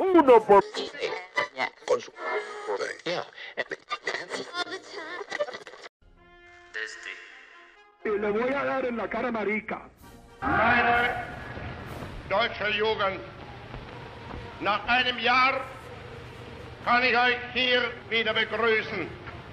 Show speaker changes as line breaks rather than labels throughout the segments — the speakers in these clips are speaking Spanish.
Uno por...
Y le voy a dar en la cara marica.
Meine deutsche Jugend, nach einem Jahr kann ich euch hier wieder begrüßen.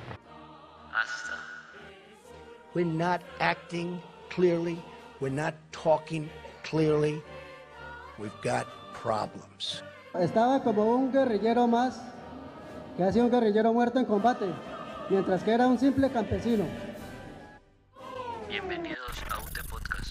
We're not acting clearly. We're not talking clearly. We've got problems.
Estaba como un guerrillero más, que ha sido un guerrillero muerto en combate, mientras que era un simple campesino.
Bienvenidos a UT Podcast.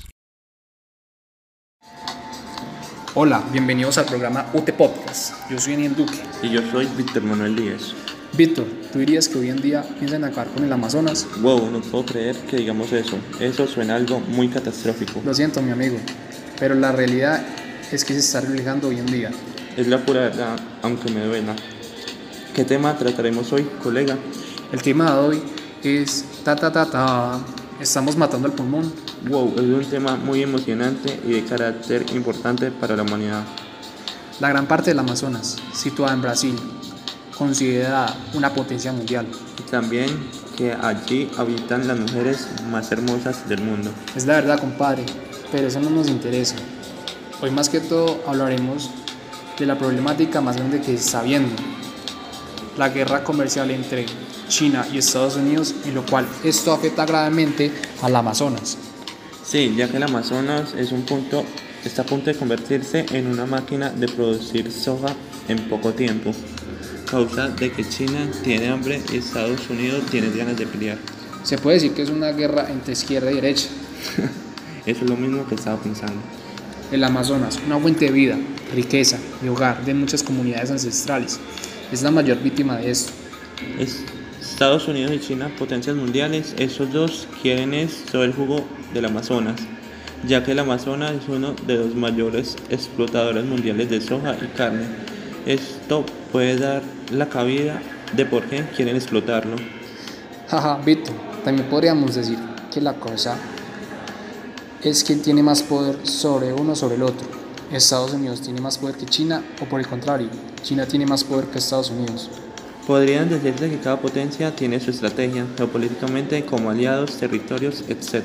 Hola, bienvenidos al programa UT Podcast. Yo soy Eniel Duque.
Y yo soy Víctor Manuel Díaz.
Víctor, ¿tú dirías que hoy en día piensan acabar con el Amazonas?
Wow, no puedo creer que digamos eso. Eso suena algo muy catastrófico.
Lo siento, mi amigo, pero la realidad es que se está realizando hoy en día.
Es la pura verdad, aunque me duela. ¿Qué tema trataremos hoy, colega?
El tema de hoy es estamos matando al pulmón.
Wow, es un tema muy emocionante y de carácter importante para la humanidad.
La gran parte del Amazonas, situada en Brasil, considerada una potencia mundial.
Y también que allí habitan las mujeres más hermosas del mundo.
Es la verdad, compadre, pero eso no nos interesa. Hoy más que todo hablaremos de la problemática más grande que se está viendo, la guerra comercial entre China y Estados Unidos, en lo cual esto afecta gravemente al Amazonas.
Sí, ya que el Amazonas está a punto de convertirse en una máquina de producir soja en poco tiempo, causa de que China tiene hambre y Estados Unidos tiene ganas de pelear.
Se puede decir que es una guerra entre izquierda y derecha.
Eso es lo mismo que estaba pensando.
El Amazonas, una fuente de vida, riqueza y hogar de muchas comunidades ancestrales, es la mayor víctima de esto.
Estados Unidos y China, potencias mundiales, esos dos quieren todo el jugo del Amazonas, ya que el Amazonas es uno de los mayores explotadores mundiales de soja y carne. Esto puede dar la cabida de por qué quieren explotarlo.
Jaja, Víctor, también podríamos decir que la cosa es quién tiene más poder sobre uno o sobre el otro. Estados Unidos tiene más poder que China, o por el contrario, China tiene más poder que Estados Unidos.
Podrían decirse que cada potencia tiene su estrategia, geopolíticamente como aliados, territorios, etc.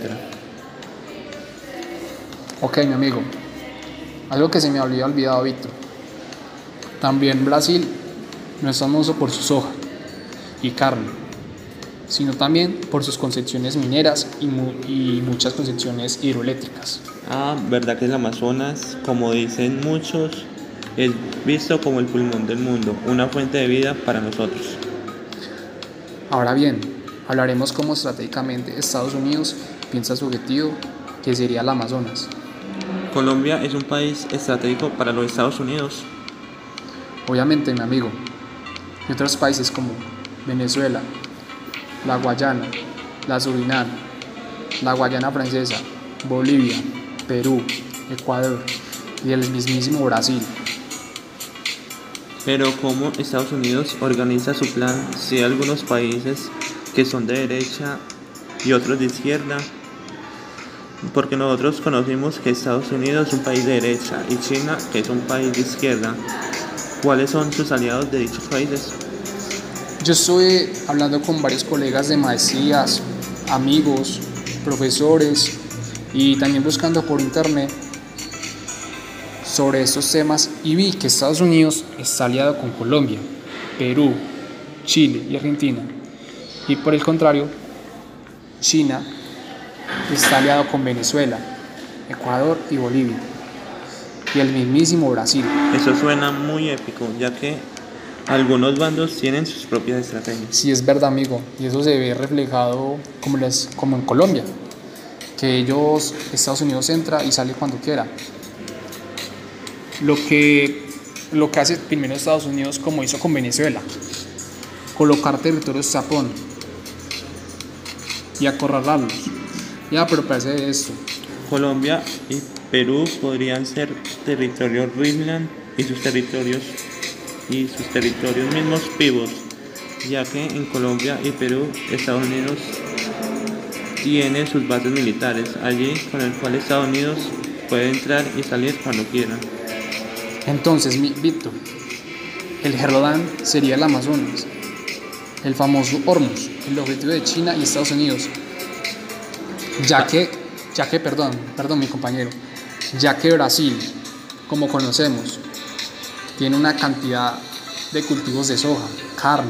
Ok, mi amigo, algo que se me había olvidado, Víctor. También Brasil no es famoso por su soja y carne, sino también por sus concesiones mineras y muchas concesiones hidroeléctricas.
Verdad que el Amazonas, como dicen muchos, es visto como el pulmón del mundo, una fuente de vida para nosotros.
Ahora bien, hablaremos cómo estratégicamente Estados Unidos piensa su objetivo, que sería el Amazonas.
Colombia es un país estratégico para los Estados Unidos.
Obviamente, mi amigo, y otros países como Venezuela, la Guayana, la Surinam, la Guayana Francesa, Bolivia, Perú, Ecuador y el mismísimo Brasil.
Pero ¿cómo Estados Unidos organiza su plan si hay algunos países que son de derecha y otros de izquierda? Porque nosotros conocimos que Estados Unidos es un país de derecha y China que es un país de izquierda. ¿Cuáles son sus aliados de dichos países?
Yo estuve hablando con varios colegas de maestrías, amigos, profesores y también buscando por internet sobre estos temas y vi que Estados Unidos está aliado con Colombia, Perú, Chile y Argentina, y por el contrario, China está aliado con Venezuela, Ecuador y Bolivia, y el mismísimo Brasil.
Eso suena muy épico, ya que algunos bandos tienen sus propias estrategias.
Sí, es verdad, amigo, y eso se ve reflejado como en Colombia, que Estados Unidos entra y sale cuando quiera. Lo que hace primero Estados Unidos, como hizo con Venezuela, colocar territorios tapón y acorralarlos. Ya, pero parece de esto.
Colombia y Perú podrían ser territorios Greenland y sus territorios mismos pivos, ya que en Colombia y Perú Estados Unidos tiene sus bases militares allí, con el cual Estados Unidos puede entrar y salir cuando quiera.
Entonces, Víctor, el Jerdán sería el Amazonas, el famoso Hormuz, el objetivo de China y Estados Unidos, ya que mi compañero, ya que Brasil, como conocemos, tiene una cantidad de cultivos de soja, carne,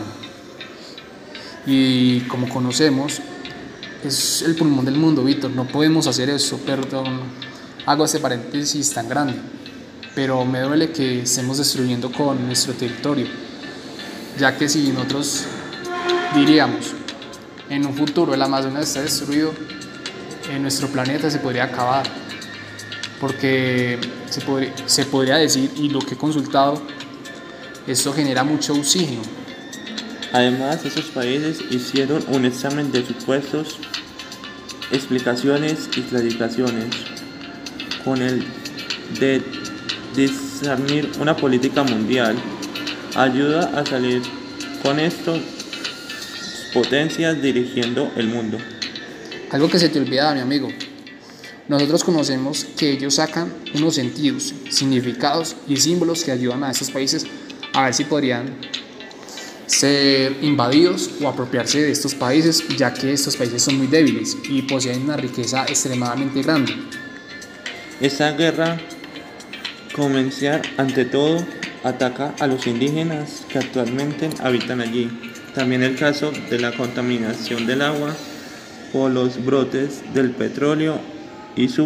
y como conocemos, es el pulmón del mundo, Víctor, no podemos hacer eso, perdón, hago este paréntesis tan grande, pero me duele que estemos destruyendo con nuestro territorio, ya que si nosotros diríamos, en un futuro el Amazonas está destruido, nuestro planeta se podría acabar, porque se podría decir, y lo que he consultado, esto genera mucho oxígeno.
Además, esos países hicieron un examen de supuestos, explicaciones y clarificaciones con el de discernir una política mundial. Ayuda a salir con esto potencias dirigiendo el mundo.
Algo que se te olvidaba, mi amigo. Nosotros conocemos que ellos sacan unos sentidos, significados y símbolos que ayudan a estos países a ver si podrían ser invadidos o apropiarse de estos países, ya que estos países son muy débiles y poseen una riqueza extremadamente grande.
Esta guerra comercial, ante todo, ataca a los indígenas que actualmente habitan allí. También el caso de la contaminación del agua por los brotes del petróleo y su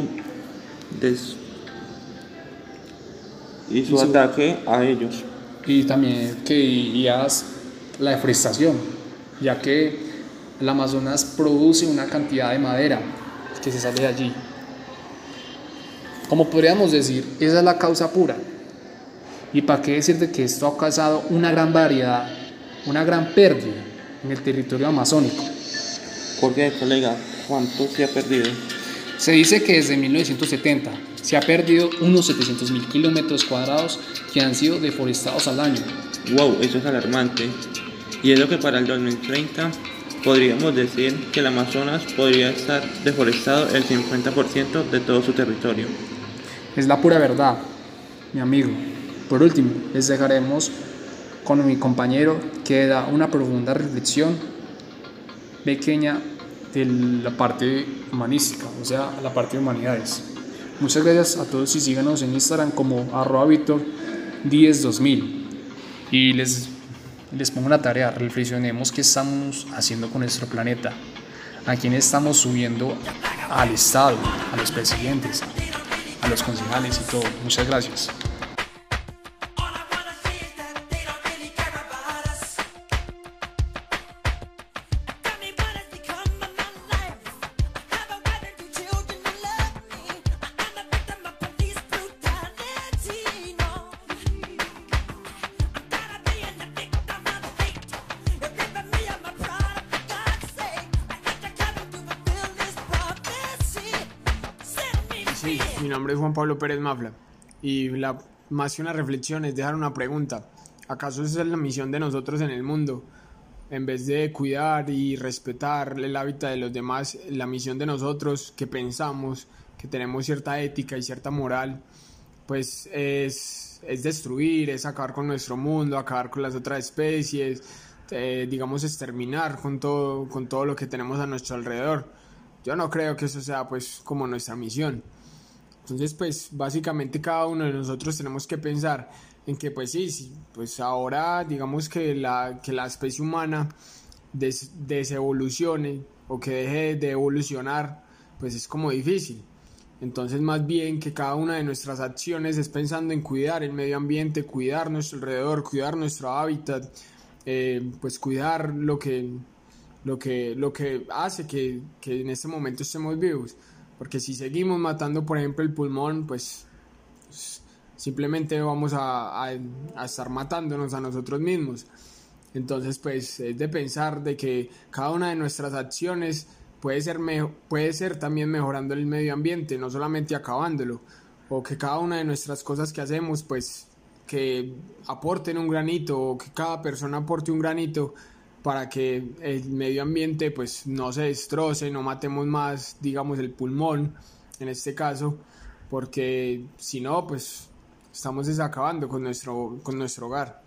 ataque a ellos.
Y también la deforestación, ya que el Amazonas produce una cantidad de madera que se sale de allí. Como podríamos decir, esa es la causa pura. ¿Y para qué decirte que esto ha causado una gran variedad, una gran pérdida en el territorio amazónico?
¿Por qué, colega? ¿Cuánto se ha perdido?
Se dice que desde 1970 se ha perdido unos 700.000 kilómetros cuadrados que han sido deforestados al año.
¡Wow! Eso es alarmante. Y es lo que para el 2030 podríamos decir que el Amazonas podría estar deforestado el 50% de todo su territorio.
Es la pura verdad, mi amigo. Por último, les dejaremos con mi compañero que da una profunda reflexión pequeña de la parte humanística, o sea, la parte de humanidades. Muchas gracias a todos y síganos en Instagram como @Victor102000 y les pongo una tarea, reflexionemos qué estamos haciendo con nuestro planeta, a quién estamos subiendo al Estado, a los presidentes, a los concejales y todo. Muchas gracias.
Sí, mi nombre es Juan Pablo Pérez Mafla y más que una reflexión es dejar una pregunta. ¿Acaso esa es la misión de nosotros en el mundo? En vez de cuidar y respetar el hábitat de los demás, la misión de nosotros que pensamos, que tenemos cierta ética y cierta moral, pues es destruir, es acabar con nuestro mundo, acabar con las otras especies, digamos exterminar con todo lo que tenemos a nuestro alrededor. Yo no creo que eso sea pues como nuestra misión. Entonces pues básicamente cada uno de nosotros tenemos que pensar en que pues sí, pues ahora digamos que la especie humana desevolucione o que deje de evolucionar, pues es como difícil. Entonces más bien que cada una de nuestras acciones es pensando en cuidar el medio ambiente, cuidar nuestro alrededor, cuidar nuestro hábitat, pues cuidar lo que hace que en este momento estemos vivos. Porque si seguimos matando, por ejemplo, el pulmón, pues simplemente vamos a estar matándonos a nosotros mismos. Entonces, pues es de pensar de que cada una de nuestras acciones puede ser también mejorando el medio ambiente, no solamente acabándolo. O que cada una de nuestras cosas que hacemos, pues que aporten un granito, o que cada persona aporte un granito para que el medio ambiente pues no se destroce, no matemos más, digamos, el pulmón en este caso, porque si no, pues estamos desacabando con nuestro hogar.